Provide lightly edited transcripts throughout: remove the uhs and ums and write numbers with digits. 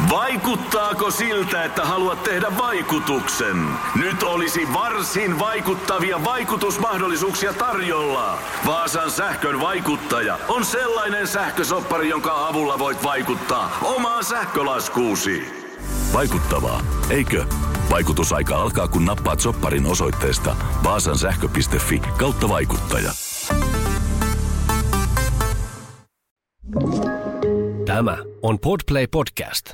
Vaikuttaako siltä, että haluat tehdä vaikutuksen? Nyt olisi varsin vaikuttavia vaikutusmahdollisuuksia tarjolla. Vaasan sähkön vaikuttaja on sellainen sähkösoppari, jonka avulla voit vaikuttaa omaan sähkölaskuusi. Vaikuttavaa, eikö? Vaikutusaika alkaa, kun nappaat sopparin osoitteesta vaasansähkö.fi/vaikuttaja. Tämä on Podplay Podcast.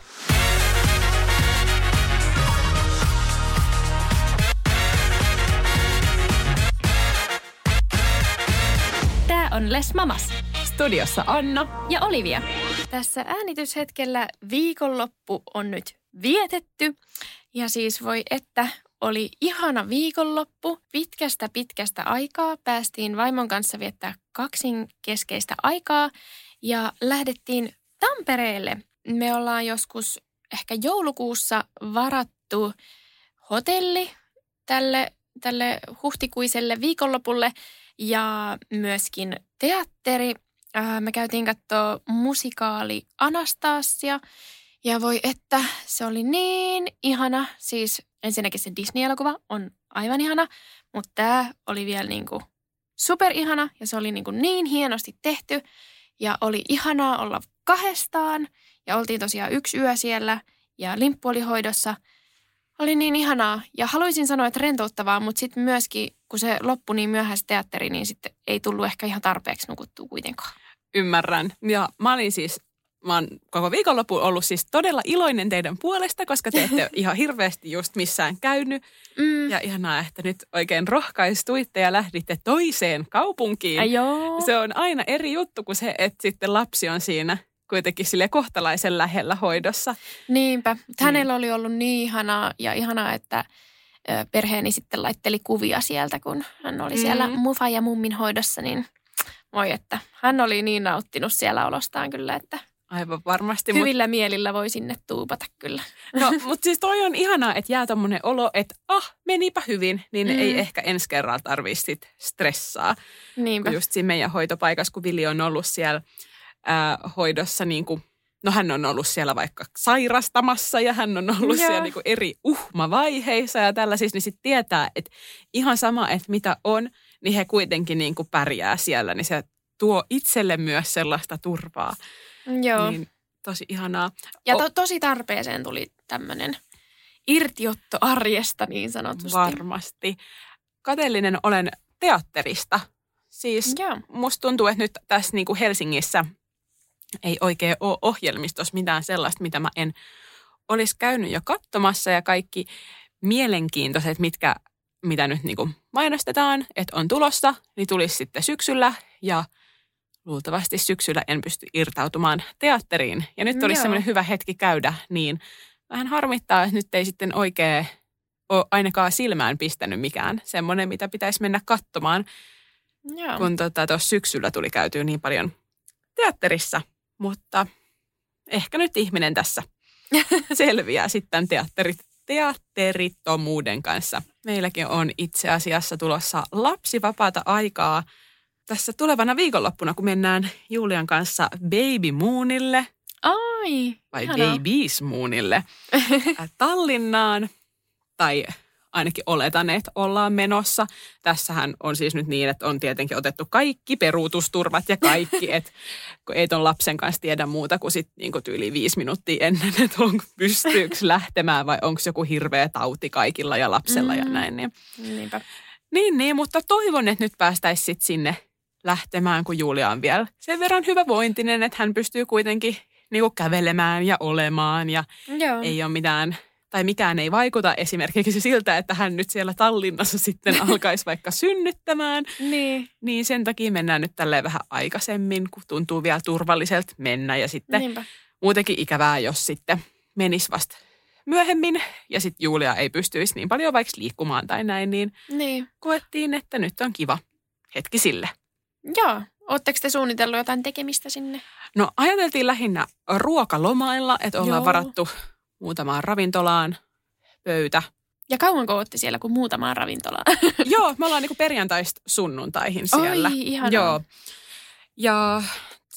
Tää on Les Mamas. Studiossa Anna Ja Olivia. Tässä äänityshetkellä viikonloppu on nyt vietetty. Ja siis voi että oli ihana viikonloppu. Pitkästä aikaa päästiin vaimon kanssa viettää kaksinkeskeistä aikaa. Ja lähdettiin Tampereelle. Me ollaan joskus ehkä joulukuussa varattu hotelli tälle huhtikuiselle viikonlopulle ja myöskin teatteri. Me käytiin katsoa musikaali Anastasia ja voi että se oli niin ihana. Siis ensinnäkin se Disney-elokuva on aivan ihana, mutta tämä oli vielä niinku superihana ja se oli niin hienosti tehty. Ja oli ihanaa olla kahdestaan ja oltiin tosiaan yksi yö siellä ja limppu oli hoidossa. Oli niin ihanaa ja haluaisin sanoa, että rentouttavaa, mutta sitten myöskin kun se loppui niin myöhäistä teatteri, niin sitten ei tullut ehkä ihan tarpeeksi nukuttua kuitenkaan. Ymmärrän. Ja mä oon koko viikonloppu ollut siis todella iloinen teidän puolesta, koska te ette ihan hirveästi just missään käynyt. Ja ihanaa, että nyt oikein rohkaistuitte ja lähditte toiseen kaupunkiin. Se on aina eri juttu kuin se, että sitten lapsi on siinä kuitenkin sille kohtalaisen lähellä hoidossa. Niinpä. Hänellä oli ollut niin ihanaa, että perheeni sitten laitteli kuvia sieltä, kun hän oli siellä mufa ja mummin hoidossa, niin voi että hän oli niin nauttinut siellä olostaan kyllä, että aivan varmasti. Hyvillä mielillä voi sinne tuupata kyllä. No, mutta siis toi on ihanaa, että jää tommonen olo, että menipä hyvin, niin ei ehkä ensi kerralla tarvitse sit stressaa. Niinpä. Kun just siinä meidän hoitopaikassa, kun Vili on ollut siellä hoidossa, niin kuin, no hän on ollut siellä vaikka sairastamassa ja hän on ollut siellä niin kuin eri uhmavaiheissa ja tällaisissa, niin sitten tietää, että ihan sama, että mitä on, niin he kuitenkin niin kuin pärjää siellä, niin se tuo itselle myös sellaista turvaa. Joo. Niin, tosi ihanaa. Ja tosi tarpeeseen tuli tämmöinen irtiotto arjesta niin sanotusti. Varmasti. Kateellinen olen teatterista. Siis musta tuntuu, että nyt tässä niin kuin Helsingissä ei oikein ole ohjelmistossa mitään sellaista, mitä mä en olisi käynyt jo katsomassa. Ja kaikki mielenkiintoiset, mitä nyt niin kuin mainostetaan, että on tulossa, niin tulisi sitten syksyllä ja luultavasti syksyllä en pysty irtautumaan teatteriin. Ja nyt olisi semmoinen hyvä hetki käydä, niin vähän harmittaa, että nyt ei sitten oikein ole ainakaan silmään pistänyt mikään semmoinen, mitä pitäisi mennä katsomaan. Joo. Kun tuossa syksyllä tuli käytyä niin paljon teatterissa. Mutta ehkä nyt ihminen tässä selviää sitten teatterittomuuden kanssa. Meilläkin on itse asiassa tulossa lapsivapaata aikaa tässä tulevana viikonloppuna, kun mennään Julian kanssa Baby Moonille. Ai, vai ihanaa. Babies Moonille Tallinnaan. Tai ainakin oletan, että ollaan menossa. Tässähän on siis nyt niin, että on tietenkin otettu kaikki peruutusturvat ja kaikki, että kun ei ton lapsen kanssa tiedä muuta kuin sit niin kuin tyyli 5 minuuttia ennen, että pystyykö lähtemään vai onko joku hirveä tauti kaikilla ja lapsella ja näin. Niin. Niinpä. Niin, mutta toivon, että nyt päästäisiin sitten sinne lähtemään, kun Julia on vielä sen verran hyvävointinen, että hän pystyy kuitenkin niin kuin kävelemään ja olemaan ja ei ole mitään, tai mikään ei vaikuta esimerkiksi siltä, että hän nyt siellä Tallinnassa sitten alkaisi vaikka synnyttämään. Niin sen takia mennään nyt tälleen vähän aikaisemmin, kun tuntuu vielä turvalliselta mennä ja sitten muutenkin ikävää, jos sitten menisi vasta myöhemmin ja sitten Julia ei pystyisi niin paljon vaikka liikkumaan tai näin, niin koettiin, että nyt on kiva hetki sille. Joo. Oletteko te suunnitellut jotain tekemistä sinne? No ajateltiin lähinnä ruokalomailla, että ollaan varattu muutamaan ravintolaan pöytä. Ja kauanko olette siellä kuin muutamaan ravintolaan? Joo, me ollaan niinku perjantaista sunnuntaihin siellä. Oi, ihanaa. Joo. Ja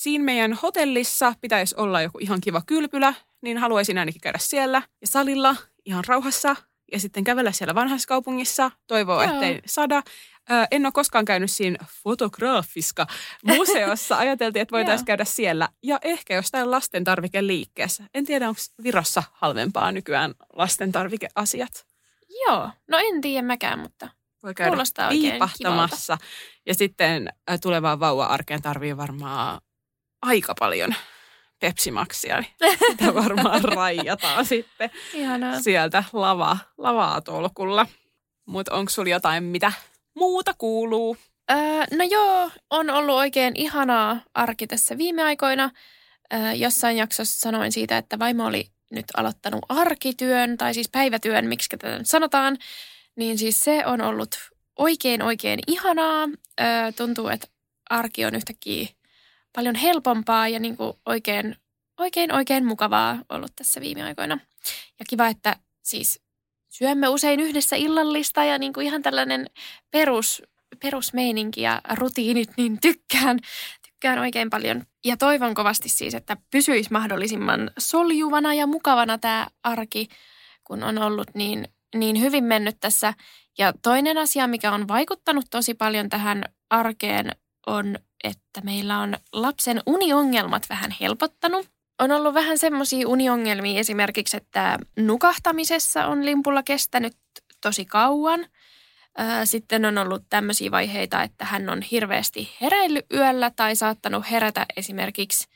siinä meidän hotellissa pitäisi olla joku ihan kiva kylpylä, niin haluaisin ainakin käydä siellä ja salilla ihan rauhassa ja sitten kävellä siellä vanhaiskaupungissa. Toivoo, ettei sada. En ole koskaan käynyt siinä fotograafiska museossa. Ajateltiin, että voitaisiin käydä siellä ja ehkä jostain lastentarvikeliikkeessä. En tiedä, onko Virossa halvempaa nykyään lastentarvikeasiat. Joo, no en tiedä mäkään, mutta voi käydä kuulostaa oikein piipahtamassa. kivalta. Ja sitten tulevaan vauva-arkeen tarvii varmaan aika paljon Pepsi Maxia. Sitä varmaan raijataan sitten Ihanaa. sieltä lavaa tolkulla. Mutta onko sulla jotain, mitä muuta kuuluu? No joo, on ollut oikein ihanaa arki tässä viime aikoina. Jossain jaksossa sanoin siitä, että vaimo oli nyt aloittanut arkityön, tai siis päivätyön, miksi tätä nyt sanotaan. Niin siis se on ollut oikein ihanaa. Tuntuu, että arki on yhtäkkiä paljon helpompaa ja niin kuin oikein mukavaa ollut tässä viime aikoina. Ja kiva, että siis syömme usein yhdessä illallista ja niin kuin ihan tällainen perusmeininki ja rutiinit, niin tykkään oikein paljon. Ja toivon kovasti siis, että pysyisi mahdollisimman soljuvana ja mukavana tämä arki, kun on ollut niin hyvin mennyt tässä. Ja toinen asia, mikä on vaikuttanut tosi paljon tähän arkeen, on, että meillä on lapsen uniongelmat vähän helpottanut. On ollut vähän semmoisia uniongelmia esimerkiksi, että nukahtamisessa on limpulla kestänyt tosi kauan. Sitten on ollut tämmöisiä vaiheita, että hän on hirveästi heräillyt yöllä tai saattanut herätä esimerkiksi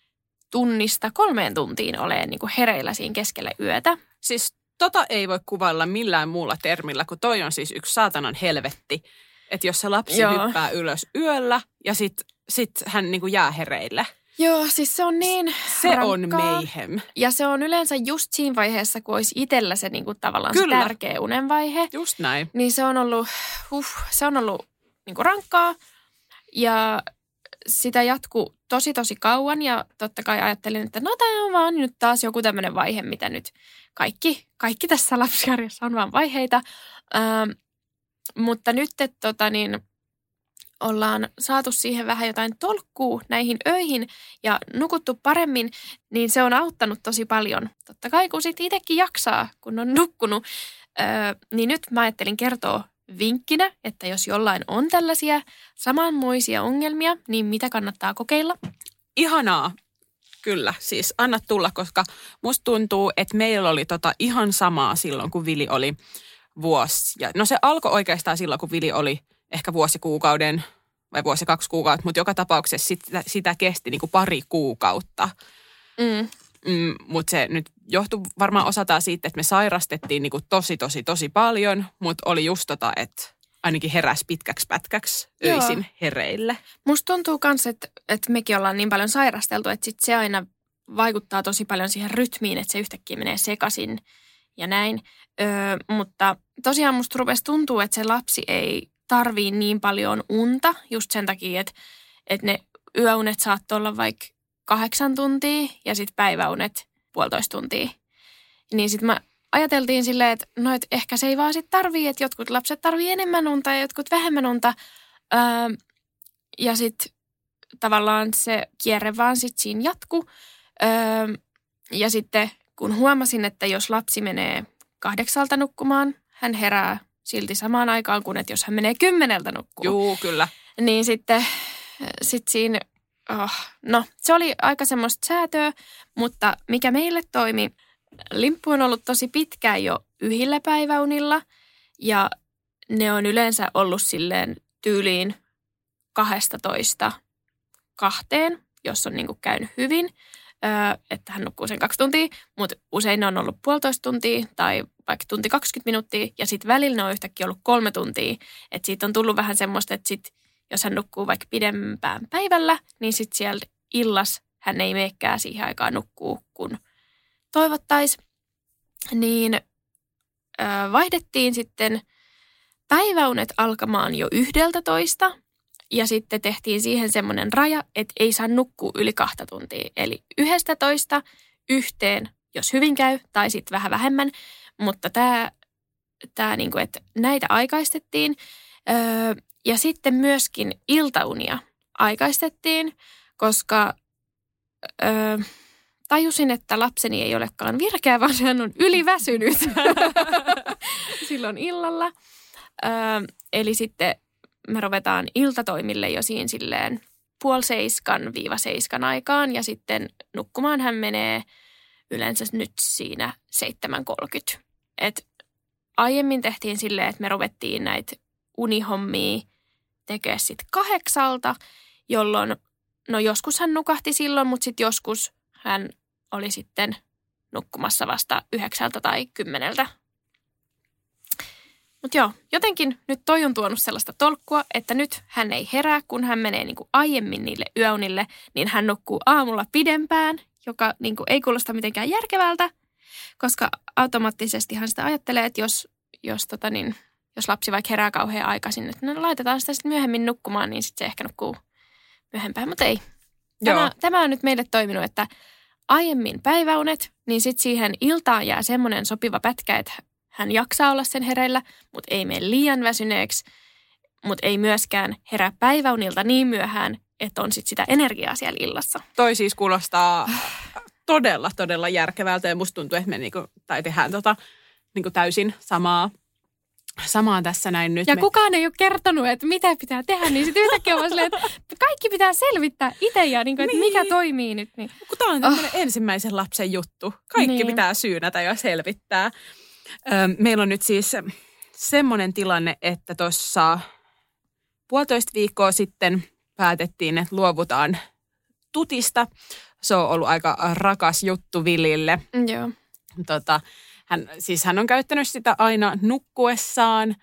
2-3 tuntiin oleen niin kuin hereillä siinä keskellä yötä. Siis ei voi kuvailla millään muulla termillä, kun toi on siis yksi saatanan helvetti. Että jos se lapsi hyppää ylös yöllä ja sit hän niin kuin jää hereille. Joo, siis se on niin se rankkaa. on mayhem. Ja se on yleensä just siinä vaiheessa, kun olisi itsellä se niin kuin tavallaan se tärkeä unenvaihe. Just näin. Niin se on ollut niin kuin rankkaa ja sitä jatkuu tosi kauan ja totta kai ajattelin, että no tämä on vaan nyt taas joku tämmöinen vaihe, mitä nyt kaikki tässä lapsiarjessa on vaan vaiheita. Mutta nyt, ollaan saatu siihen vähän jotain tolkkua näihin öihin ja nukuttu paremmin, niin se on auttanut tosi paljon. Totta kai kun sitten itsekin jaksaa, kun on nukkunut, niin nyt mä ajattelin kertoa vinkkinä, että jos jollain on tällaisia samanmoisia ongelmia, niin mitä kannattaa kokeilla? Ihanaa. Kyllä, siis anna tulla, koska musta tuntuu, että meillä oli ihan samaa silloin, kun Vili oli vuosi. No se alkoi oikeastaan silloin, kun Vili oli ehkä vuosikuukauden vai 2 kuukautta, mutta joka tapauksessa sitä kesti niin kuin 2 kuukautta. Mutta se nyt johtui varmaan osataan siitä, että me sairastettiin niin kuin tosi paljon, mutta oli just että ainakin heräsi pitkäksi pätkäksi öisin hereille. Musta tuntuu myös, että mekin ollaan niin paljon sairasteltu, että sit se aina vaikuttaa tosi paljon siihen rytmiin, että se yhtäkkiä menee sekaisin ja näin. Mutta tosiaan musta rupesi tuntuu, että se lapsi ei tarvii niin paljon unta just sen takia, että ne yöunet saattoi olla vaikka 8 tuntia ja sitten päiväunet 1,5 tuntia. Niin sitten mä ajateltiin silleen, että no, et ehkä se ei vaan sit tarvii, että jotkut lapset tarvii enemmän unta ja jotkut vähemmän unta. Ja sitten tavallaan se kierre vaan sitten siinä jatkuu. Ja sitten kun huomasin, että jos lapsi menee 8 nukkumaan, hän herää silti samaan aikaan kuin, että jos hän menee 10 nukkumaan. Juu, kyllä. Niin sitten siinä, no se oli aika semmoista säätöä, mutta mikä meille toimi, limppu on ollut tosi pitkään jo yhdillä päiväunilla ja ne on yleensä ollut silleen tyyliin 12-2, jos on niinku käynyt hyvin, että hän nukkuu sen 2 tuntia, mutta usein ne on ollut 1,5 tuntia tai vaikka 1 tunti 20 minuuttia ja sitten välillä ne on yhtäkkiä ollut 3 tuntia. Että siitä on tullut vähän semmoista, että sit, jos hän nukkuu vaikka pidempään päivällä, niin sitten siellä illas hän ei meekään siihen aikaan nukkuu, kun toivottaisiin. Niin vaihdettiin sitten päiväunet alkamaan jo 11 ja sitten tehtiin siihen semmoinen raja, että ei saa nukkua yli 2 tuntia. Eli 11 1, jos hyvin käy, tai sitten vähän vähemmän. Mutta tämä niinku, että näitä aikaistettiin. Ja sitten myöskin iltaunia aikaistettiin, koska tajusin, että lapseni ei olekaan virkeä, vaan hän on yliväsynyt silloin illalla. Eli sitten me ruvetaan iltatoimille jo siinä silleen 6:30–7 aikaan ja sitten nukkumaan hän menee yleensä nyt siinä 7:30. Et aiemmin tehtiin silleen, että me ruvettiin näitä unihommia tekemään sitten 8, jolloin, no joskus hän nukahti silloin, mutta sitten joskus hän oli sitten nukkumassa vasta 9 tai 10. Mutta joo, jotenkin nyt toi on tuonut sellaista tolkkua, että nyt hän ei herää, kun hän menee niinku aiemmin niille yöunille, niin hän nukkuu aamulla pidempään, joka niinku ei kuulosta mitenkään järkevältä, koska automaattisestihan sitä ajattelee, että jos lapsi vaikka herää kauhean aikaisin, että no laitetaan sitä sitten myöhemmin nukkumaan, niin sitten se ehkä nukkuu myöhempään, mutta ei. Tämä on nyt meille toiminut, että aiemmin päiväunet, niin sitten siihen iltaan jää semmoinen sopiva pätkä, että hän jaksaa olla sen hereillä, mutta ei mene liian väsyneeksi, mutta ei myöskään herää päiväunilta niin myöhään, että on sitten sitä energiaa siellä illassa. Toi siis kuulostaa todella, todella järkevältä ja musta tuntuu, että me tehdään täysin samaa tässä näin nyt. Ja kukaan ei ole kertonut, että mitä pitää tehdä, niin sitten yhtäkkiä on silleen, että kaikki pitää selvittää itse ja että mikä toimii nyt. Niin. Kun tämä on tämmöinen ensimmäisen lapsen juttu. Kaikki pitää syynätä ja selvittää. Meillä on nyt siis semmoinen tilanne, että tuossa 1,5 viikkoa sitten päätettiin, että luovutaan tutista. Se on ollut aika rakas juttu Vilille. Joo. Hän on käyttänyt sitä aina nukkuessaan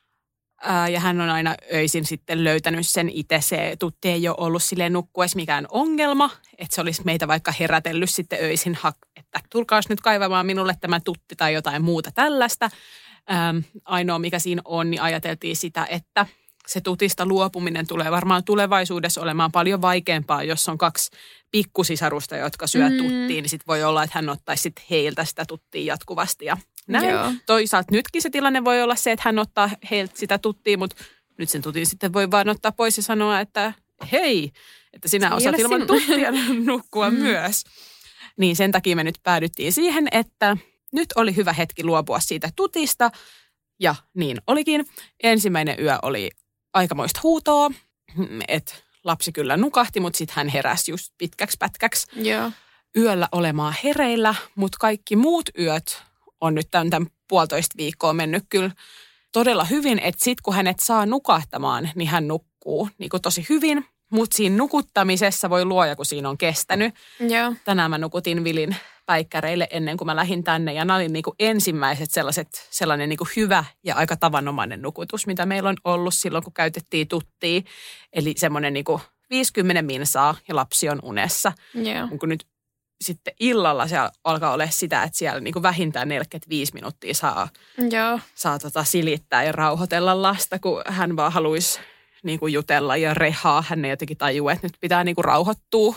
ja hän on aina öisin sitten löytänyt sen itse. Se tutti ei ole ollut silleen nukkuessa mikään ongelma, että se olisi meitä vaikka herätellyt sitten öisin, että tulkaas nyt kaivamaan minulle tämä tutti tai jotain muuta tällaista. Ainoa mikä siinä on, niin ajateltiin sitä, että se tutista luopuminen tulee varmaan tulevaisuudessa olemaan paljon vaikeampaa, jos on 2 pikkusisarusta, jotka syö tuttiin, niin sitten voi olla, että hän ottaisi sitten heiltä sitä tuttia jatkuvasti ja näin. Joo. Toisaalta nytkin se tilanne voi olla se, että hän ottaa heiltä sitä tuttia, mutta nyt sen tutin sitten voi vaan ottaa pois ja sanoa, että hei, että sinä osaat ilman tuttia nukkua myös. Niin sen takia me nyt päädyttiin siihen, että nyt oli hyvä hetki luopua siitä tutista ja niin olikin. Ensimmäinen yö oli aikamoista huutoa, että lapsi kyllä nukahti, mutta sitten hän heräsi just pitkäksi pätkäksi yöllä olemaan hereillä. Mutta kaikki muut yöt on nyt tämän 1,5 viikkoa mennyt kyllä todella hyvin, että sitten kun hänet saa nukahtamaan, niin hän nukkuu niin kuin tosi hyvin. Mutta siinä nukuttamisessa voi luoja, kun siinä on kestänyt. Joo. Tänään mä nukutin Vilin päikkäreille ennen kuin mä lähdin tänne. Ja nämä oli niinku ensimmäiset sellainen niinku hyvä ja aika tavanomainen nukutus, mitä meillä on ollut silloin, kun käytettiin tuttia. Eli semmoinen niinku 50 minsaa ja lapsi on unessa. Joo. Kun nyt sitten illalla se alkaa olla sitä, että siellä niinku vähintään 45 minuuttia saa silittää ja rauhoitella lasta, kun hän vaan haluaisi niinku jutella ja rehaa. Hän ei jotenkin tajua, että nyt pitää niinku rauhoittua.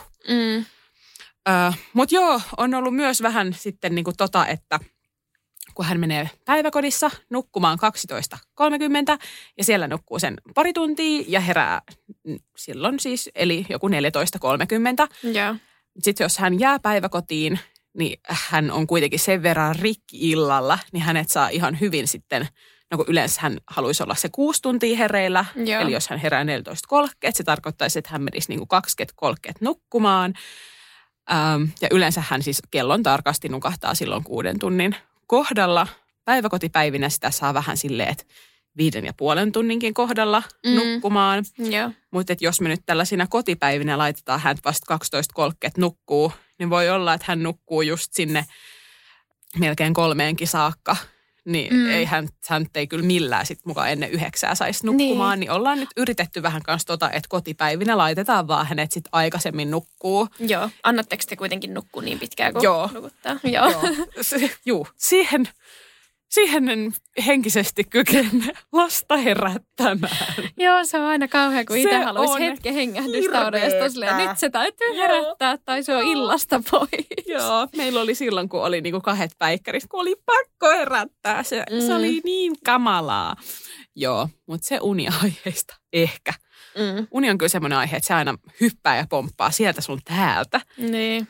Mutta joo, on ollut myös vähän sitten niinku että kun hän menee päiväkodissa nukkumaan 12:30 ja siellä nukkuu sen pari tuntia ja herää silloin siis, eli joku 14:30. Joo. Sitten jos hän jää päiväkotiin, niin hän on kuitenkin sen verran rikki illalla, niin hänet saa ihan hyvin sitten, no kun yleensä hän haluaisi olla se 6 tuntia hereillä, eli jos hän herää 14:30, se tarkoittaisi, että hän menisi niinku 20:30 nukkumaan. Ja yleensä hän siis kellon tarkasti nukahtaa silloin 6 tunnin kohdalla. Päiväkotipäivinä sitä saa vähän silleen, että 5,5 tunninkin kohdalla nukkumaan. Mutta jos me nyt tällaisina kotipäivinä laitetaan hän vasta 12:30 nukkuu, niin voi olla, että hän nukkuu just sinne melkein 3:00 saakka. Niin hän ei kyllä millään sit mukaan ennen 9 saisi nukkumaan. Niin ollaan nyt yritetty vähän kanssa että kotipäivinä laitetaan vaan hänet sit aikaisemmin nukkuu. Joo. Annatteko te kuitenkin nukkua niin pitkään kuin nukuttaa? Joo. Siihen en henkisesti kykene lasta herättämään. Joo, se on aina kauhean, kun itse haluaisi hetken hengähdystä odottaa. Nyt se täytyy herättää tai se on illasta pois. Joo, meillä oli silloin, kun oli niinku 2 päikkärit, kun oli pakko herättää. Se oli niin kamalaa. Joo, mutta se uniaiheista ehkä. Uni on kyllä semmoinen aihe, että se aina hyppää ja pomppaa sieltä sun täältä. Niin.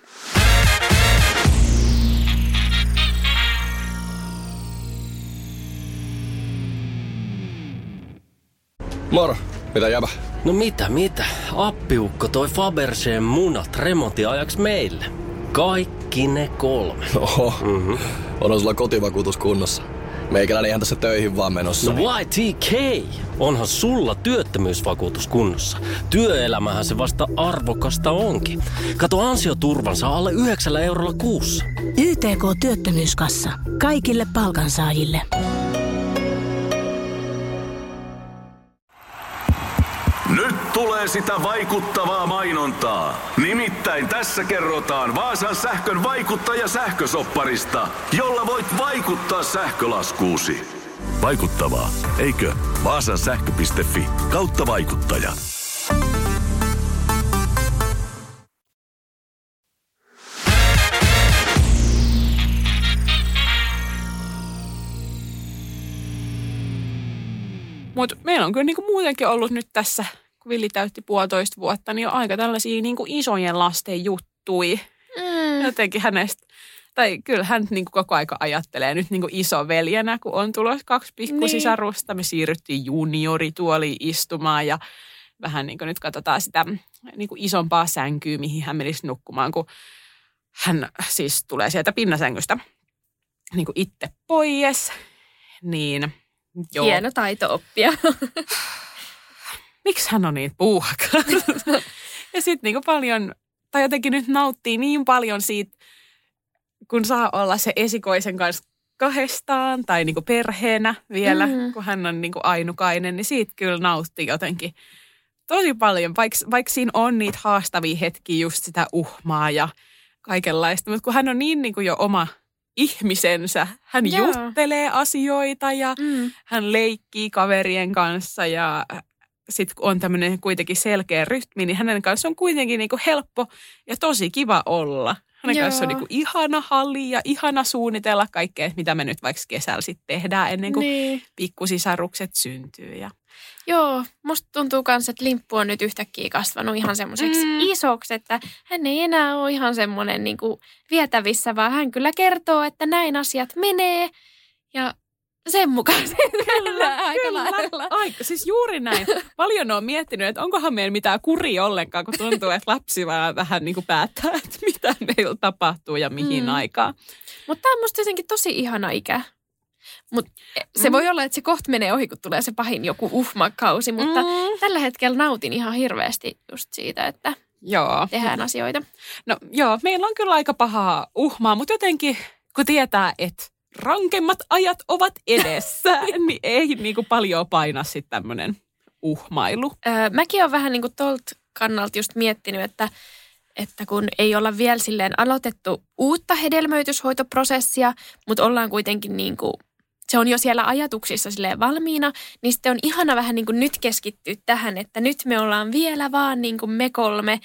Moro, mitä jäbä? No mitä? Appiukko toi Faberseen munat remontiajaksi meille. Kaikki ne 3. Oho, on sulla kotivakuutus kunnossa. Meikäläinen ihan tässä töihin vaan menossa. No YTK, onhan sulla työttömyysvakuutus kunnossa. Työelämähän se vasta arvokasta onkin. Kato ansioturvansa alle 9 € kuussa. YTK Työttömyyskassa. Kaikille palkansaajille. Nyt tulee sitä vaikuttavaa mainontaa. Nimittäin tässä kerrotaan Vaasan sähkön vaikuttaja sähkösopparista, jolla voit vaikuttaa sähkölaskuusi. Vaikuttavaa, eikö? Vaasansähkö.fi/vaikuttaja. Mutta meillä on kyllä niinku muutenkin ollut nyt tässä, kun Villi täytti 1,5 vuotta, niin on aika tällaisia niinku isojen lasten juttui. Jotenkin hänestä, tai kyllä hän niinku koko aika ajattelee nyt niinku isoveljenä, kun on tulossa 2 pikkusisarusta. Me siirryttiin juniorituoliin istumaan ja vähän niinku nyt katsotaan sitä niinku isompaa sänkyä, mihin hän menisi nukkumaan, kun hän siis tulee sieltä pinnasängystä niinku itse pois, niin... Joo. Hieno taito oppia. Miksi hän on niin puuhakas? Ja sitten niinku paljon, tai jotenkin nyt nauttii niin paljon siitä, kun saa olla se esikoisen kanssa kahdestaan tai niinku perheenä vielä, kun hän on niinku ainukainen, niin siitä kyllä nauttii jotenkin tosi paljon, vaikka siinä on niitä haastavia hetkiä, just sitä uhmaa ja kaikenlaista, mutta kun hän on niin niinku jo oma ihmisensä. Hän juttelee asioita ja hän leikkii kaverien kanssa ja sitten kun on tämmöinen kuitenkin selkeä rytmi, niin hänen kanssa on kuitenkin niinku helppo ja tosi kiva olla. Hänen kanssa on niinku ihana halli ja ihana suunnitella kaikkea, mitä me nyt vaikka kesällä sitten tehdään ennen kuin pikkusisarukset syntyy. Joo, musta tuntuu myös, että Limppu on nyt yhtäkkiä kasvanut ihan semmoiseksi isoksi, että hän ei enää ole ihan semmoinen niinku vietävissä, vaan hän kyllä kertoo, että näin asiat menee ja sen mukaan se kyllä, aika lailla. Siis juuri näin. Paljon on miettinyt, että onkohan meillä mitään kuria ollenkaan, kun tuntuu, että lapsi vähän niin kuin päättää, että mitä meillä tapahtuu ja mihin aikaan. Mutta tämä on musta jotenkin tosi ihana ikä. Mutta se voi olla, että se kohta menee ohi, kun tulee se pahin joku uhmakausi, mutta tällä hetkellä nautin ihan hirveästi just siitä, että tehdään asioita. No joo, meillä on kyllä aika pahaa uhmaa, mutta jotenkin kun tietää, että rankemmat ajat ovat edessä, niin ei niinku paljon paina sitten tämmöinen uhmailu. Mäkin olen vähän niinku tolta kannalta just miettinyt, että kun ei olla vielä silleen aloitettu uutta hedelmöityshoitoprosessia, mutta ollaan kuitenkin niinku, se on jo siellä ajatuksissa silleen valmiina, niin sitten on ihana vähän niinku nyt keskittyä tähän, että nyt me ollaan vielä vaan niinku me 3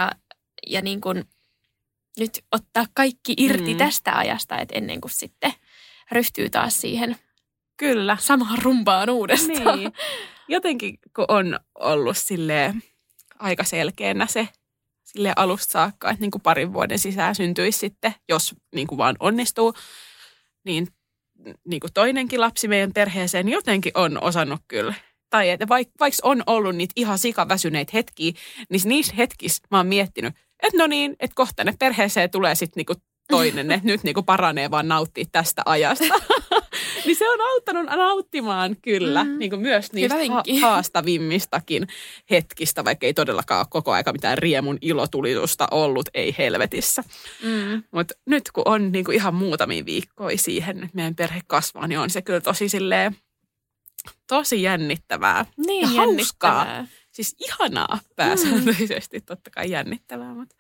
ja niinku nyt ottaa kaikki irti tästä ajasta, että ennen kuin sitten ryhtyy taas siihen samaan rumpaan uudestaan. Niin. Jotenkin kun on ollut silleen aika selkeänä se silleen alusta saakka, että niin kuin 2 vuoden sisään syntyisi sitten, jos niin kuin vaan onnistuu, niin kuin toinenkin lapsi meidän perheeseen jotenkin on osannut kyllä. Tai että vaikka on ollut niitä ihan sikaväsyneitä hetkiä, niin niissä hetkissä mä oon miettinyt, että no niin, että kohta ne perheeseen tulee sitten niinku toinen, että nyt niinku paranee vaan nauttia tästä ajasta. Niin se on auttanut nauttimaan kyllä, niinku myös niistä haastavimmistakin hetkistä, vaikka ei todellakaan ole koko aika mitään riemun ilotulitusta ollut, ei helvetissä. Mutta nyt kun on niinku ihan muutamia viikkoja siihen, että meidän perhe kasvaa, niin on se kyllä tosi silleen, tosi jännittävää niin, ja hauskaa. Siis ihanaa pääsääntöisesti, totta kai jännittävää, mutta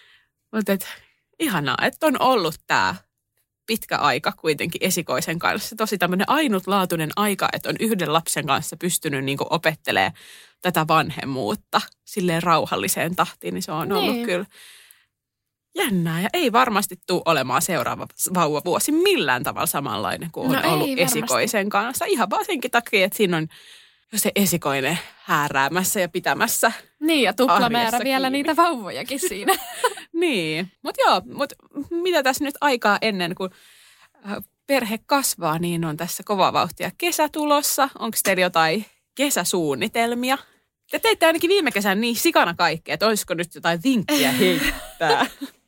ihanaa, että on ollut tämä pitkä aika kuitenkin esikoisen kanssa. Tosi tämmöinen ainutlaatuinen aika, että on yhden lapsen kanssa pystynyt niinku opettelemaan tätä vanhemmuutta silleen rauhalliseen tahtiin, niin se on ollut kyllä jännää. Ja ei varmasti tule olemaan seuraava vauvavuosi millään tavalla samanlainen kuin on ollut esikoisen kanssa. Ihan vaan senkin takia, että siinä on se esikoinen hääräämässä ja pitämässä. Niin, ja tuplamäärä vielä niitä vauvojakin siinä. Niin, mutta mitä tässä nyt aikaa ennen kuin perhe kasvaa, niin on tässä kova vauhtia kesä tulossa. Onko teillä jotain kesäsuunnitelmia? Te teitte ainakin viime kesän niin sikana kaikkea, että olisiko nyt jotain vinkkiä heittää?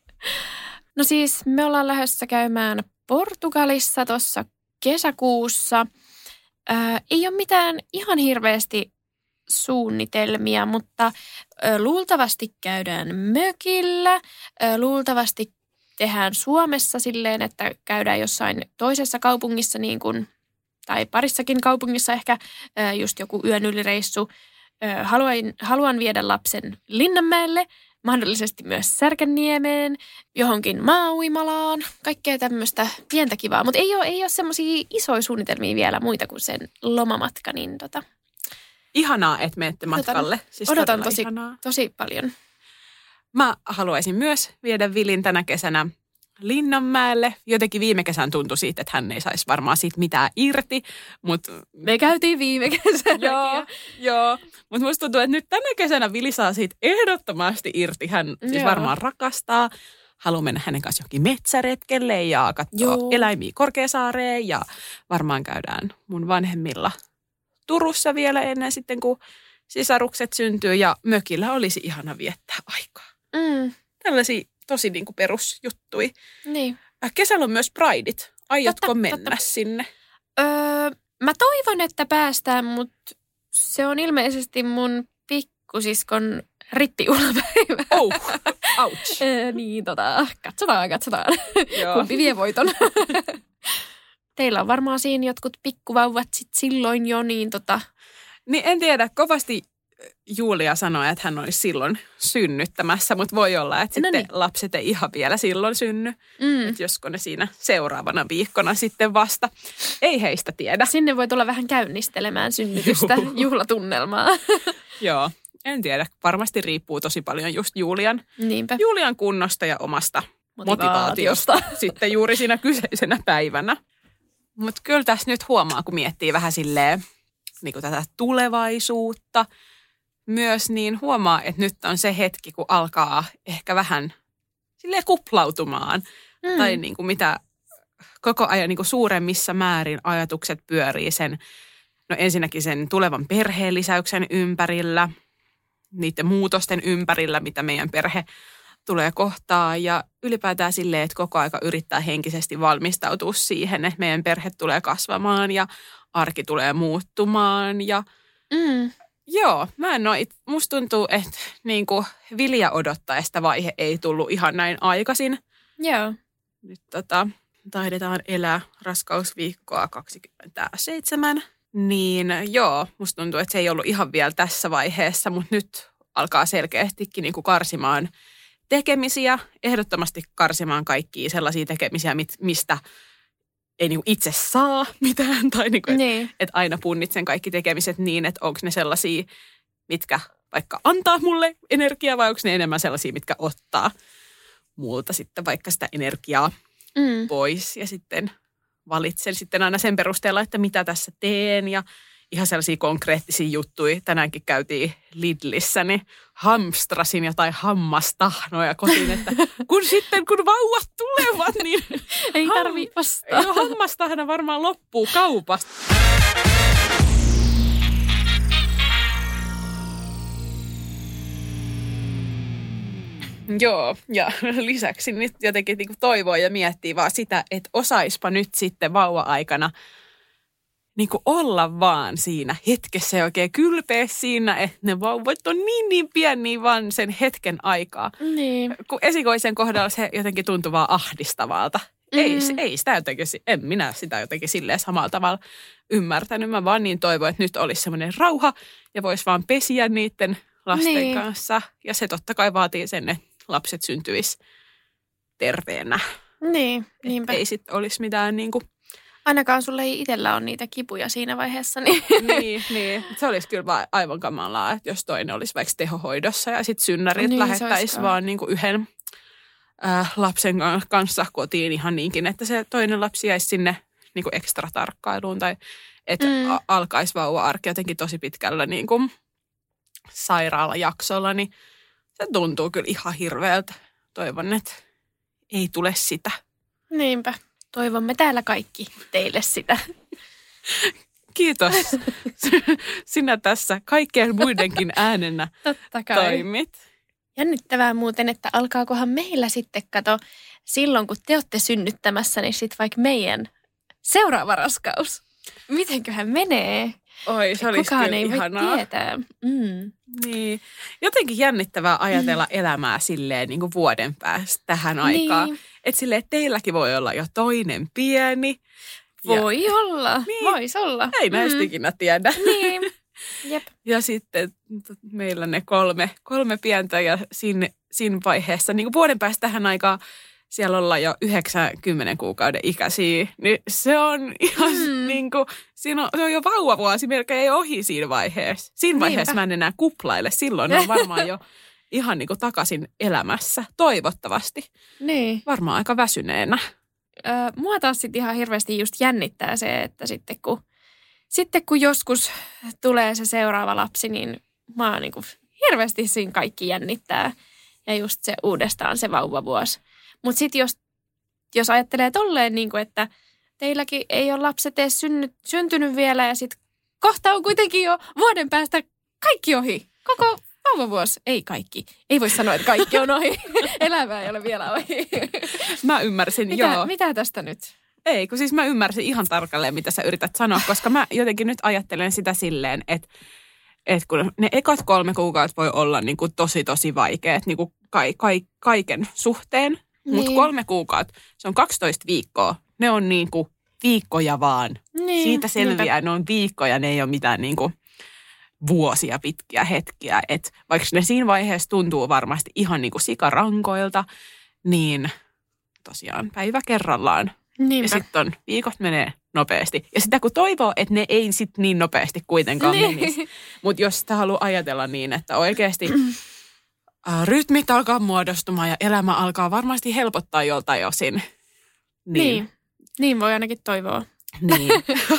No siis me ollaan lähdössä käymään Portugalissa tuossa kesäkuussa. Ei ole mitään ihan hirveästi suunnitelmia, mutta luultavasti käydään mökillä. Luultavasti tehdään Suomessa silleen, että käydään jossain toisessa kaupungissa niin kuin, tai parissakin kaupungissa ehkä just joku yön ylireissu. Haluan viedä lapsen Linnanmäelle, mahdollisesti myös Särkänniemeen, johonkin maa-uimalaan, kaikkea tämmöistä pientä kivaa. Mutta ei ole semmoisia isoja suunnitelmia vielä muita kuin sen lomamatka. Niin Ihanaa, että menette matkalle. Odotan tosi paljon. Mä haluaisin myös viedä Vilin tänä kesänä Linnanmäelle. Jotenkin viime kesän tuntui siitä, että hän ei saisi varmaan siitä mitään irti. Me käytiin viime kesänä. Joo. Mutta musta tuntuu, että nyt tänä kesänä Vili saa siitä ehdottomasti irti. Hän siis varmaan rakastaa. Haluan mennä hänen kanssa johonkin metsäretkelle ja katsoa eläimiä Korkeasaareen. Ja varmaan käydään mun vanhemmilla Turussa vielä ennen sitten, kun sisarukset syntyy. Ja mökillä olisi ihana viettää aikaa. Tällaisia tosi niin kuin perusjuttui. Niin. Kesällä on myös Prideit. Aiotko mennä sinne? Mä toivon, että päästään, mutta se on ilmeisesti mun pikkusiskon rittijuhlapäivä. Ouch. Niin, katsotaan. Kumpi vie voiton. Teillä on varmaan siinä jotkut pikkuvauvat sit silloin jo, niin Niin en tiedä, kovasti Julia sanoi, että hän olisi silloin synnyttämässä, mutta voi olla, että sitten lapset ei ihan vielä silloin synny. Että josko ne siinä seuraavana viikkona sitten vasta. Ei heistä tiedä. Sinne voi tulla vähän käynnistelemään synnytystä, juhlatunnelmaa. Joo, en tiedä. Varmasti riippuu tosi paljon just Julian kunnosta ja omasta motivaatiosta sitten juuri siinä kyseisenä päivänä. Mutta kyllä tässä nyt huomaa, kun miettii vähän silleen niin kuin tätä tulevaisuutta myös, niin huomaa, että nyt on se hetki, kun alkaa ehkä vähän silleen kuplautumaan. Tai niin kuin mitä koko ajan niin kuin suuremmissa määrin ajatukset pyörii sen, no ensinnäkin sen tulevan perheen lisäyksen ympärillä, niiden muutosten ympärillä, mitä meidän perhe tulee kohtaa ja ylipäätään silleen, että koko aika yrittää henkisesti valmistautua siihen, että meidän perhe tulee kasvamaan ja arki tulee muuttumaan ja joo, mä en ole, musta tuntuu, että niin kuin Vilja odottaessa vaihe ei tullut ihan näin aikaisin. Joo. Nyt taidetaan elää raskausviikkoa 27, niin joo, musta tuntuu, että se ei ollut ihan vielä tässä vaiheessa, mutta nyt alkaa selkeästikin niin kuin karsimaan tekemisiä, ehdottomasti karsimaan kaikkia sellaisia tekemisiä, mistä ei niin kuin itse saa mitään. Tai niin kuin, että aina punnitsen kaikki tekemiset niin, että onko ne sellaisia, mitkä vaikka antaa mulle energiaa vai onko ne enemmän sellaisia, mitkä ottaa multa sitten vaikka sitä energiaa pois. Ja sitten valitsen sitten aina sen perusteella, että mitä tässä teen ja ihan sellaisia konkreettisia juttuja. Tänäänkin käytiin Lidlissä, niin hamstrasin jotain hammastahnoja kotiin, että kun vauvat tulevat, niin ei tarvitse ostaa. Joo, hammastahna varmaan loppuu kaupasta. Joo, ja lisäksi nyt jotenkin niin kuin toivoo ja miettii vaan sitä, että osaispa nyt sitten vauva-aikana niin kuin olla vaan siinä hetkessä ja oikein kylpeä siinä, että ne vauvat on niin pieniä vaan sen hetken aikaa. Niin. Kun esikoisen kohdalla se jotenkin tuntuu vaan ahdistavalta. Ei sitä jotenkin, en minä sitä jotenkin silleen samalla tavalla ymmärtänyt. Mä vaan niin toivon, että nyt olisi semmoinen rauha ja voisi vaan pesiä niiden lasten kanssa. Ja se totta kai vaatii sen, että lapset syntyisi terveenä. Niin, niinpä. Ei sitten olisi mitään niin kuin ainakaan sulle ei itsellä ole niitä kipuja siinä vaiheessa. Niin. Niin. Se olisi kyllä aivan kamalaa, että jos toinen olisi vaikka tehohoidossa ja sitten synnyrit lähettäisi vaan niin kuin yhden lapsen kanssa kotiin ihan niinkin, että se toinen lapsi jäisi sinne niin kuin ekstra tarkkailuun tai että alkaisi vauva-arki jotenkin tosi pitkällä niin kuin sairaalajaksolla, niin se tuntuu kyllä ihan hirveältä. Toivon, että ei tule sitä. Niinpä. Toivomme täällä kaikki teille sitä. Kiitos. Sinä tässä kaikkien muidenkin äänenä toimit. Jännittävää muuten, että alkaakohan meillä sitten, kato, silloin kun te olette synnyttämässä, niin sitten vaikka meidän seuraava raskaus. Mitenköhän menee? Oi, se olisi kukaan kyllä ei ihanaa. voi tietää. Niin. Jotenkin jännittävää ajatella elämää silleen niin kuin vuoden päästä tähän aikaan. Niin. Että silleen teilläkin voi olla jo toinen pieni. Voi olla. Niin. Vois olla. Ei näistä ikinä tiedä. Niin. Jep. Ja sitten meillä ne kolme pientä ja siinä vaiheessa, niin kuin vuoden päästä tähän aikaan, siellä ollaan jo 90 kuukauden ikäisiä. Niin se on ihan niin kuin, se on jo vauvavuosi melkein ohi siinä vaiheessa. Siinä vaiheessa mä en enää kuplaile. Silloin on varmaan jo ihan niin kuin takaisin elämässä. Toivottavasti. Niin. Varmaan aika väsyneenä. Mua taas sitten ihan hirveästi just jännittää se, että sitten kun joskus tulee se seuraava lapsi, niin mä niin kuin hirveästi siinä kaikki jännittää. Ja just se uudestaan se vauvavuosi. Mutta sitten jos ajattelee tolleen, niin kuin, että teilläkin ei ole lapset edes syntynyt vielä ja sitten kohta on kuitenkin jo vuoden päästä kaikki ohi. Koko vauvavuosi. Ei kaikki. Ei voi sanoa, että kaikki on ohi. Elämä ei ole vielä ohi. Mä ymmärsin, Mitä tästä nyt? Ei, kun siis mä ymmärsin ihan tarkalleen, mitä sä yrität sanoa, koska mä jotenkin nyt ajattelen sitä silleen, että kun ne ekat 3 kuukautta voi olla niin kuin tosi vaikeat niin kuin kaiken suhteen, niin. Mutta 3 kuukautta, se on 12 viikkoa, ne on niin kuin viikkoja vaan. Niin, siitä selviää, ne on viikkoja, ne ei ole mitään niin kuin vuosia pitkiä hetkiä. Et vaikka ne siinä vaiheessa tuntuu varmasti ihan niin kuin sikarankoilta, niin tosiaan päivä kerrallaan. Niinpä. Ja sitten viikot menee nopeasti. Ja sitä kun toivoo, että ne ei sitten niin nopeasti kuitenkaan menisi. Mutta jos sitä haluaa ajatella niin, että oikeasti rytmit alkaa muodostumaan ja elämä alkaa varmasti helpottaa joltain osin. Niin voi ainakin toivoa. Niin.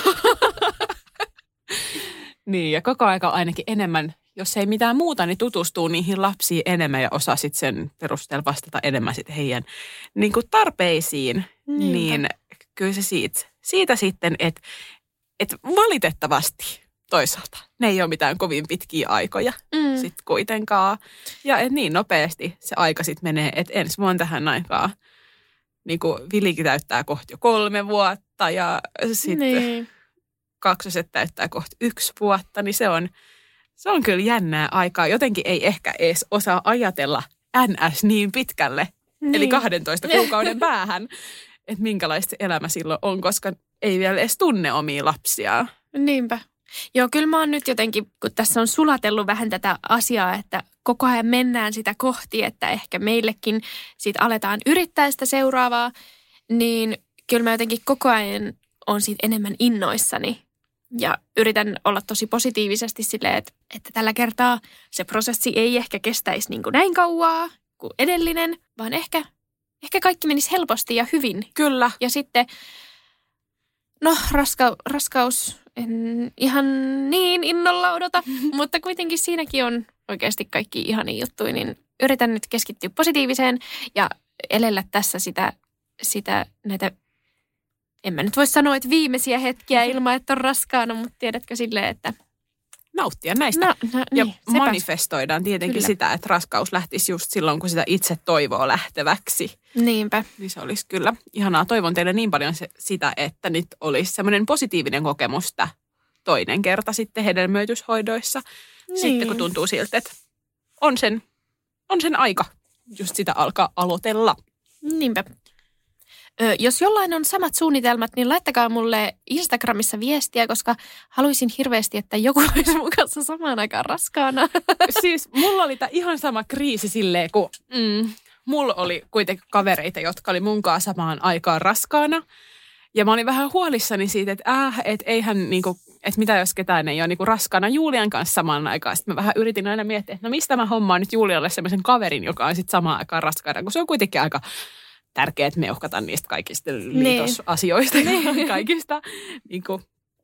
Niin, ja koko aika ainakin enemmän, jos ei mitään muuta, niin tutustuu niihin lapsiin enemmän ja osaa sitten sen perusteella vastata enemmän sitten heidän niin kuin tarpeisiin. Niinpä. Niin kyllä se siitä sitten, että valitettavasti toisaalta ne ei ole mitään kovin pitkiä aikoja sitten kuitenkaan. Ja että niin nopeasti se aika sitten menee, että ensi vuonna tähän aikaan niin kuin Vilikin täyttää kohta jo 3 vuotta ja sitten kaksoset täyttää kohta 1 vuotta, niin se on kyllä jännää aikaa. Jotenkin ei ehkä edes osaa ajatella NS niin pitkälle, eli 12 kuukauden päähän, että minkälaista se elämä silloin on, koska ei vielä edes tunne omia lapsiaan. Niinpä. Joo, kyllä mä oon nyt jotenkin, kun tässä on sulatellut vähän tätä asiaa, että koko ajan mennään sitä kohti, että ehkä meillekin siitä aletaan yrittää sitä seuraavaa, niin kyllä mä jotenkin koko ajan on siitä enemmän innoissani. Ja yritän olla tosi positiivisesti silleen, että tällä kertaa se prosessi ei ehkä kestäisi niin kuin näin kauaa kuin edellinen, vaan ehkä kaikki menisi helposti ja hyvin. Kyllä. Ja sitten, raskaus en ihan niin innolla odota, mutta kuitenkin siinäkin on oikeasti kaikki ihania juttuja, niin yritän nyt keskittyä positiiviseen ja elellä tässä sitä näitä, en mä nyt voi sanoa, että viimeisiä hetkiä ilman, että on raskaana, mutta tiedätkö silleen, että nauttia näistä. Ja niin, manifestoidaan tietenkin kyllä sitä, että raskaus lähtisi just silloin, kun sitä itse toivoo lähteväksi. Niinpä. Niin se olisi kyllä ihanaa. Toivon teille niin paljon sitä, että nyt olisi semmoinen positiivinen kokemus toinen kerta sitten hedelmöityshoidoissa. Niin. Sitten kun tuntuu siltä, että on sen aika just sitä alkaa aloitella. Niinpä. Jos jollain on samat suunnitelmat, niin laittakaa mulle Instagramissa viestiä, koska haluaisin hirveästi, että joku olisi mun kanssa samaan aikaan raskaana. Siis mulla oli ihan sama kriisi silleen, kun mulla oli kuitenkin kavereita, jotka oli mun kanssa samaan aikaan raskaana. Ja mä olin vähän huolissani siitä, että eihän niinku, että mitä jos ketään ei ole niinku raskaana Julian kanssa samaan aikaan. Sitten mä vähän yritin aina miettiä, että no mistä mä hommaan nyt Julialle semmoisen kaverin, joka on sitten samaan aikaan raskaana, kun se on kuitenkin aika tärkeää, että meuhkataan niistä kaikista liitosasioista ja kaikista niin kuin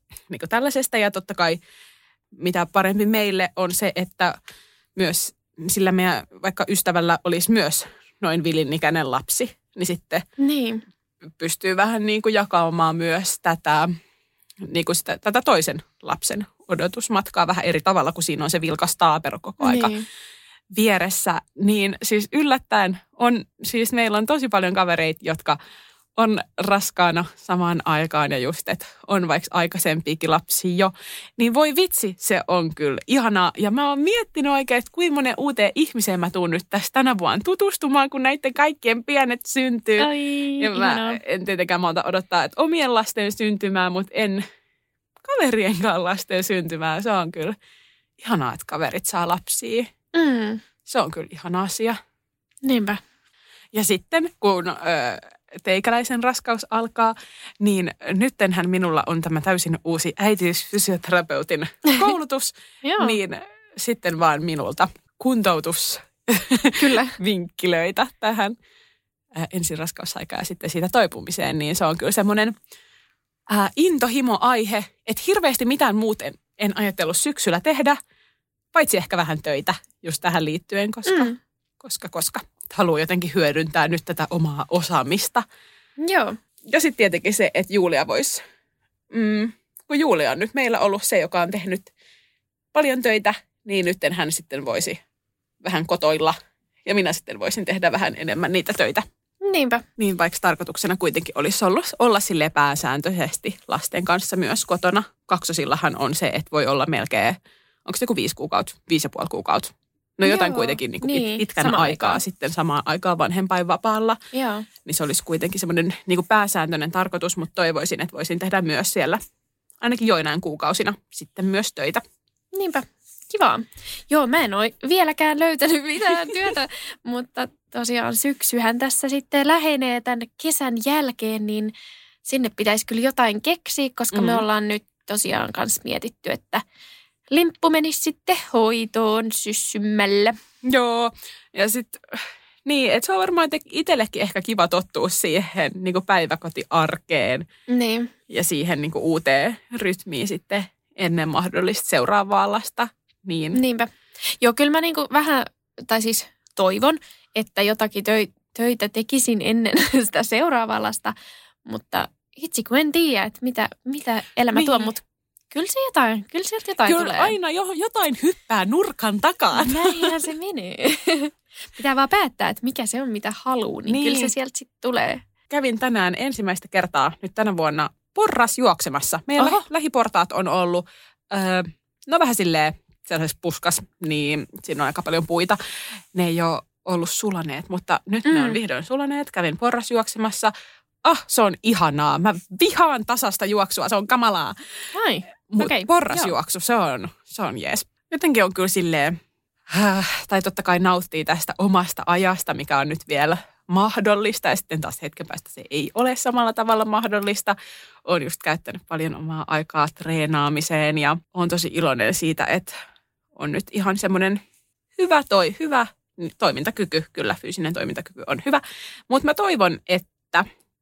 niin kuin tällaisesta. Ja totta kai mitä parempi meille on se, että myös sillä meidän vaikka ystävällä olisi myös noin vilinikäinen lapsi, niin sitten pystyy vähän niin kuin jakamaan myös tätä, niin kuin tätä toisen lapsen odotusmatkaa vähän eri tavalla, kun siinä on se vilkas taapero koko aika vieressä. Niin siis yllättäen siis meillä on tosi paljon kavereita, jotka on raskaana samaan aikaan ja just, että on vaikka aikaisempiakin lapsia jo. Niin voi vitsi, se on kyllä ihanaa. Ja mä oon miettinyt oikein, että kuinka monen uuteen ihmiseen mä tuun nyt tässä tänä vuonna tutustumaan, kun näiden kaikkien pienet syntyy. Ai, ja mä en tietenkään malta odottaa, että omien lasten syntymää, mutta en kaverienkaan lasten syntymää. Se on kyllä ihanaa, että kaverit saa lapsia. Se on kyllä ihana asia. Niinpä. Ja sitten kun teikäläisen raskaus alkaa, niin nyttenhän minulla on tämä täysin uusi äitiysfysioterapeutin koulutus. Niin sitten vaan minulta kuntoutusvinkkilöitä tähän ensin raskausaikaan ja sitten siitä toipumiseen. Niin se on kyllä semmoinen intohimo-aihe, että hirveästi mitään muuten en ajatellut syksyllä tehdä, paitsi ehkä vähän töitä just tähän liittyen, koska haluaa jotenkin hyödyntää nyt tätä omaa osaamista. Joo. Ja sitten tietenkin se, että Julia voisi, kun Julia on nyt meillä ollut se, joka on tehnyt paljon töitä, niin nyt hän sitten voisi vähän kotoilla ja minä sitten voisin tehdä vähän enemmän niitä töitä. Niinpä. Niin vaikka tarkoituksena kuitenkin olisi olla silleen pääsääntöisesti lasten kanssa myös kotona. Kaksosillahan on se, että voi olla melkein, onko se joku 5 kuukautta, 5,5 kuukautta. No jotain kuitenkin niin pitkän aikaa sitten samaan aikaan vanhempainvapaalla. Joo. Niin se olisi kuitenkin semmoinen niin kuin pääsääntöinen tarkoitus, mutta toivoisin, että voisin tehdä myös siellä ainakin joinain kuukausina sitten myös töitä. Niinpä. Kivaa. Joo, mä en ole vieläkään löytänyt mitään työtä, mutta tosiaan syksyhän tässä sitten lähenee tämän kesän jälkeen, niin sinne pitäisi kyllä jotain keksiä, koska me ollaan nyt tosiaan kanssa mietitty, että limppu menisi sitten hoitoon syssymmällä. Joo, ja sitten niin, että se on varmaan itsellekin ehkä kiva tottua siihen niin kuin päiväkotiarkeen. Niin. Ja siihen niin kuin uuteen rytmiin sitten ennen mahdollista seuraavaa lasta. Niin. Niinpä. Joo, kyllä mä niin kuin vähän, tai siis toivon, että jotakin töitä tekisin ennen sitä seuraavaa lasta, mutta itse kun en tiedä, että mitä elämä tuo, mutta kyllä sieltä jotain kyllä tulee. Aina jotain hyppää nurkan takaa. Näinhän se menee. Pitää vaan päättää, että mikä se on, mitä haluaa, niin kyllä se sieltä sitten tulee. Kävin tänään ensimmäistä kertaa nyt tänä vuonna porrasjuoksemassa. Meidän lähiportaat on ollut, vähän silleen sellaisessa puskas, niin siinä on aika paljon puita. Ne ei ole ollut sulaneet, mutta nyt ne on vihdoin sulaneet. Kävin porrasjuoksemassa. Se on ihanaa. Mä vihaan tasasta juoksua, se on kamalaa. Ai, okei. Porrasjuoksu, se on jees. Jotenkin on kyllä silleen, tai totta kai nauttii tästä omasta ajasta, mikä on nyt vielä mahdollista. Ja sitten taas hetken päästä se ei ole samalla tavalla mahdollista. Olen just käyttänyt paljon omaa aikaa treenaamiseen ja olen tosi iloinen siitä, että on nyt ihan semmoinen hyvä toimintakyky. Kyllä, fyysinen toimintakyky on hyvä. Mutta mä toivon, että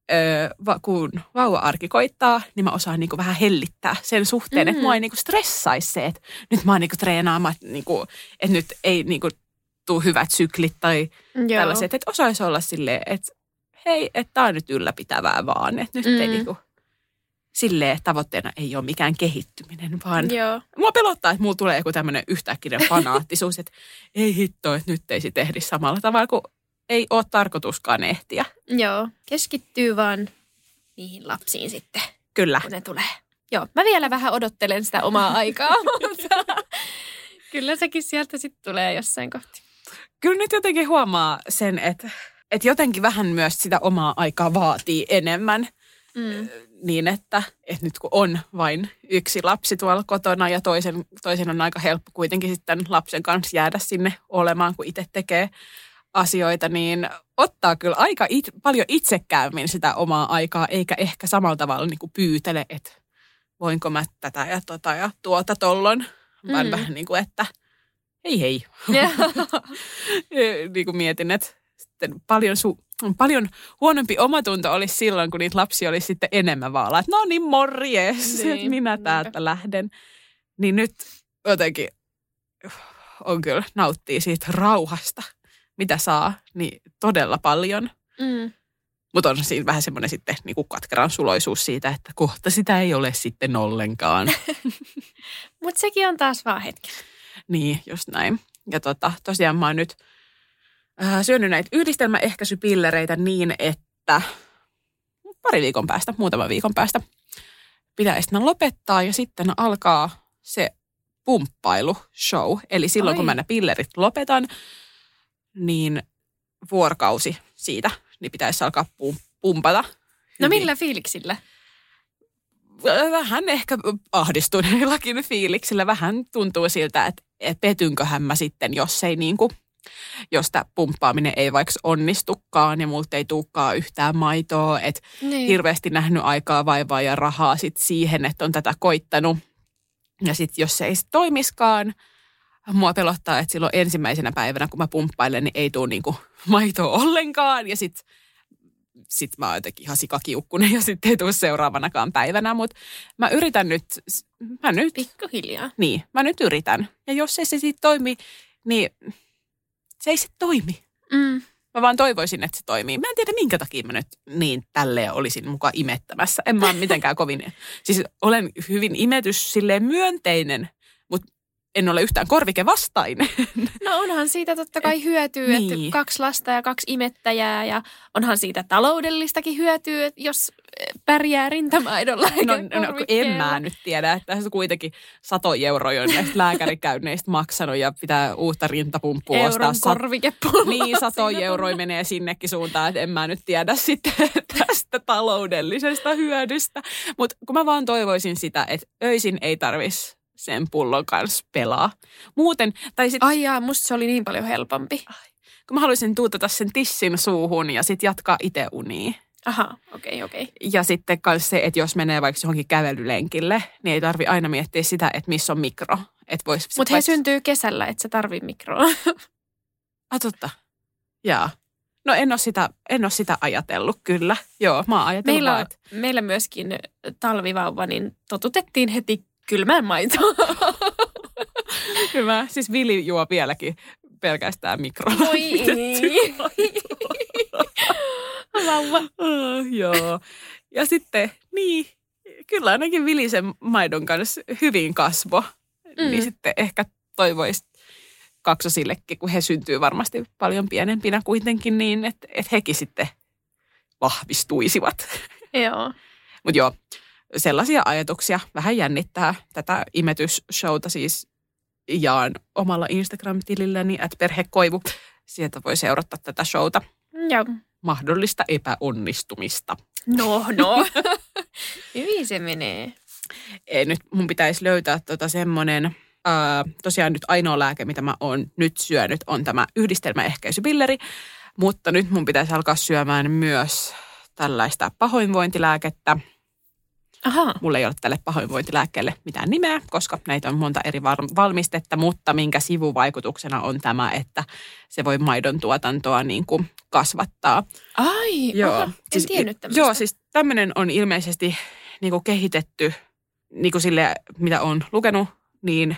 kun vauva-arki koittaa, niin mä osaan niinku vähän hellittää sen suhteen, että mua ei niinku stressaisi se, että nyt mä oon niinku treenaamaan, niinku, että nyt ei niinku tuu hyvät syklit tai tällaiset, että osaisi olla silleen, että hei, että tää on nyt ylläpitävää vaan, että nyt ei niinku silleen tavoitteena ei ole mikään kehittyminen, vaan mua pelottaa, että mulla tulee joku tämmöinen yhtäkkinen fanaattisuus, että ei hitto, että nyt ei sit ehdi samalla tavalla kuin ei ole tarkoituskaan ehtiä. Joo, keskittyy vaan niihin lapsiin sitten. Kyllä. Kun ne tulee. Joo, mä vielä vähän odottelen sitä omaa aikaa, mutta kyllä sekin sieltä sitten tulee jossain kohti. Kyllä nyt jotenkin huomaa sen, että jotenkin vähän myös sitä omaa aikaa vaatii enemmän. Niin, että nyt kun on vain yksi lapsi tuolla kotona ja toisen on aika helppo kuitenkin sitten lapsen kanssa jäädä sinne olemaan, kun itse tekee asioita, niin ottaa kyllä aika paljon itsekäämmin sitä omaa aikaa, eikä ehkä samalla tavalla niin kuin pyytele, että voinko mä tätä ja tuota tollon, vaan vähän niin kuin, että hei. Niin kuin mietin, että sitten paljon huonompi omatunto olisi silloin, kun niitä lapsia olisi sitten enemmän vaan, että no niin, morjes, niin, minä täältä lähden. Niin nyt jotenkin on kyllä, nauttii siitä rauhasta, mitä saa, niin todella paljon. Mutta on siinä vähän semmoinen sitten niin kuin katkeran suloisuus siitä, että kohta sitä ei ole sitten ollenkaan. Mutta sekin on taas vaan hetki. Niin, just näin. Ja tosiaan mä oon nyt syönyt näitä yhdistelmäehkäisypillereitä niin, että muutaman viikon päästä pitäisi ne lopettaa ja sitten alkaa se pumppailushow. Eli silloin, kun mä ne pillerit lopetan, niin vuorokausi siitä, niin pitäisi alkaa pumpata. No millä fiiliksillä? Vähän ehkä ahdistuneillakin fiiliksillä. Vähän tuntuu siltä, että petynköhän mä sitten, jos tämä pumppaaminen ei vaikka onnistukaan ja multa ei tulekaan yhtään maitoa. Että hirveästi nähnyt aikaa, vaivaa ja rahaa sit siihen, että on tätä koittanut. Ja sitten jos se ei toimiskaan, mua pelottaa, että silloin ensimmäisenä päivänä, kun mä pumppailen, niin ei tule niinku maitoa ollenkaan. Ja sitten mä oon jotenkin ihan sikakiukkunen ja sitten ei tule seuraavanakaan päivänä. Mutta mä yritän nyt. Pikkuhiljaa. Niin, mä nyt yritän. Ja jos ei se siitä toimi, niin se ei sitten toimi. Mä vaan toivoisin, että se toimii. Mä en tiedä, minkä takia mä nyt niin tälleen olisin mukaan imettämässä. En mä ole mitenkään kovin. Siis olen hyvin imetys silleen myönteinen, mutta en ole yhtään korvikevastainen. No onhan siitä totta kai hyötyä, niin. Että 2 lasta ja 2 imettäjää ja onhan siitä taloudellistakin hyötyä, jos pärjää rintamaidolla. No en mä nyt tiedä, että se kuitenkin 100 euroja on näistä lääkärikäynneistä maksanut ja pitää uutta rintapumppua ostaa. Euron korvikepulloa. Niin, 100 euroja menee sinnekin suuntaan, että en mä nyt tiedä sitten tästä taloudellisesta hyödystä. Mutta kun mä vaan toivoisin sitä, että öisin ei tarvitsisi sen pullon kanssa pelaa. Muuten, tai sit... Ai jaa, musta se oli niin paljon helpompi. Kun mä haluaisin tuutata sen tissin suuhun ja sitten jatkaa itse uniin. Aha, okei. Ja sitten myös se, että jos menee vaikka johonkin kävelylenkille, niin ei tarvi aina miettiä sitä, että missä on mikro. Mutta he syntyy kesällä, et sä tarvii mikroa. Totta. Jaa. No en ole sitä ajatellut, kyllä. Joo, mä oon ajatellut meillä myöskin talvivauva, niin totutettiin heti kylmään maitoon. Hyvä. Siis Vili juo vieläkin pelkästään mikrolla. Voi vauva. Joo. Ja sitten, niin, kyllä ainakin Vili sen maidon kanssa hyvin kasvo. Niin sitten ehkä toivoisi kaksosillekin, kun he syntyy varmasti paljon pienempinä kuitenkin, niin että hekin sitten vahvistuisivat. Joo. Mutta joo, sellaisia ajatuksia vähän jännittää tätä imetysshowta siis jaan omalla Instagram-tililläni @perhekoivu. Sieltä voi seurata tätä showta. Joo. Mahdollista epäonnistumista. No. Hyvin se menee. Nyt mun pitäisi löytää semmoinen, tosiaan nyt ainoa lääke, mitä mä oon nyt syönyt, on tämä yhdistelmäehkäisypilleri. Mutta nyt mun pitäisi alkaa syömään myös tällaista pahoinvointilääkettä. Aha. Mulla ei ole tälle pahoinvointilääkkeelle mitään nimeä, koska näitä on monta eri valmistetta, mutta minkä sivuvaikutuksena on tämä, että se voi maidon tuotantoa niin kuin kasvattaa. Ai, joo. En tiennyt tämmöistä. Joo, siis tämmöinen on ilmeisesti niin kuin kehitetty, niin kuin sille, mitä on lukenut, niin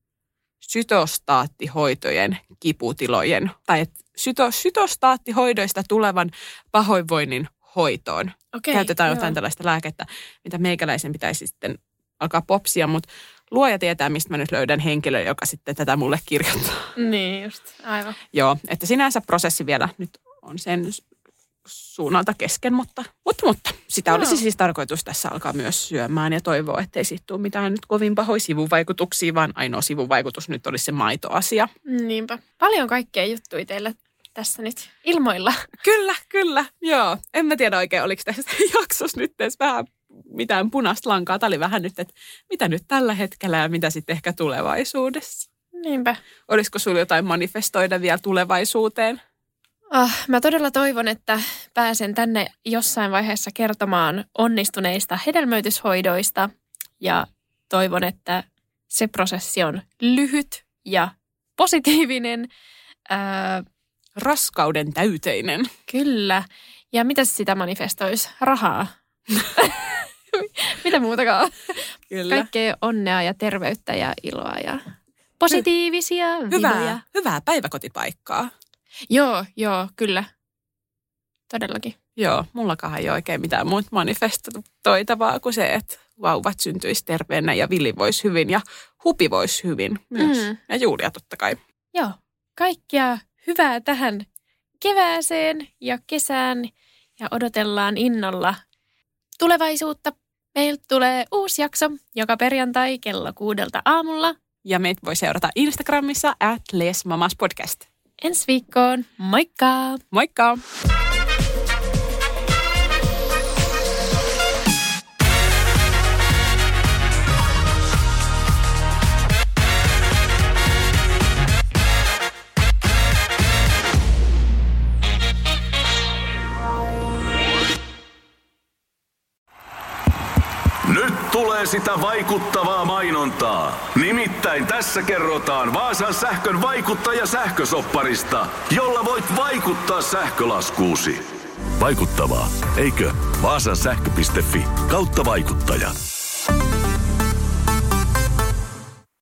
sytostaattihoitojen kiputilojen, tai sytostaattihoidoista tulevan pahoinvoinnin hoitoon. Käytetään jotain tällaista lääkettä, mitä meikäläisen pitäisi sitten alkaa popsia, mutta luoja tietää, mistä mä nyt löydän henkilön, joka sitten tätä mulle kirjoittaa. Niin just, aivan. Joo, että sinänsä prosessi vielä nyt on sen suunnalta kesken, mutta sitä olisi siis tarkoitus tässä alkaa myös syömään ja toivoa, ettei siitä tule mitään nyt kovin pahoja sivuvaikutuksia, vaan ainoa sivuvaikutus nyt olisi se maitoasia. Niinpä. Paljon kaikkea juttuja teillä tässä nyt ilmoilla. Kyllä, joo. En mä tiedä oikein, oliko tässä jaksossa nyt edes vähän mitään punaista lankaa. Tämä oli vähän nyt, että mitä nyt tällä hetkellä ja mitä sitten ehkä tulevaisuudessa. Niinpä. Olisiko sulla jotain manifestoida vielä tulevaisuuteen? Mä todella toivon, että pääsen tänne jossain vaiheessa kertomaan onnistuneista hedelmöityshoidoista ja toivon, että se prosessi on lyhyt ja positiivinen. raskauden täyteinen. Kyllä. Ja mitäs sitä manifestoisi? Rahaa. Mitä muutakaan? Kyllä. Kaikkea onnea ja terveyttä ja iloa ja positiivisia viloja. Hyvää päiväkotipaikkaa. Joo, kyllä. Todellakin. Joo, mullakaan ei ole oikein mitään muuta manifestoitavaa kuin se, että vauvat syntyisi terveenä ja Vili voisi hyvin ja Hupi voisi hyvin myös. Ja Julia totta kai. Joo, kaikkia hyvää tähän kevääseen ja kesään ja odotellaan innolla tulevaisuutta. Meiltä tulee uusi jakso joka perjantai kello 6 aamulla. Ja meitä voi seurata Instagramissa @lesmamaspodcast. Ensi viikkoon. Moikka! Moikka! Nyt tulee sitä vaikuttavaa mainontaa. Nimittäin tässä kerrotaan Vaasan sähkön vaikuttaja-sähkösopparista, jolla voit vaikuttaa sähkölaskuusi. Vaikuttavaa, eikö? Vaasansähkö.fi/vaikuttaja.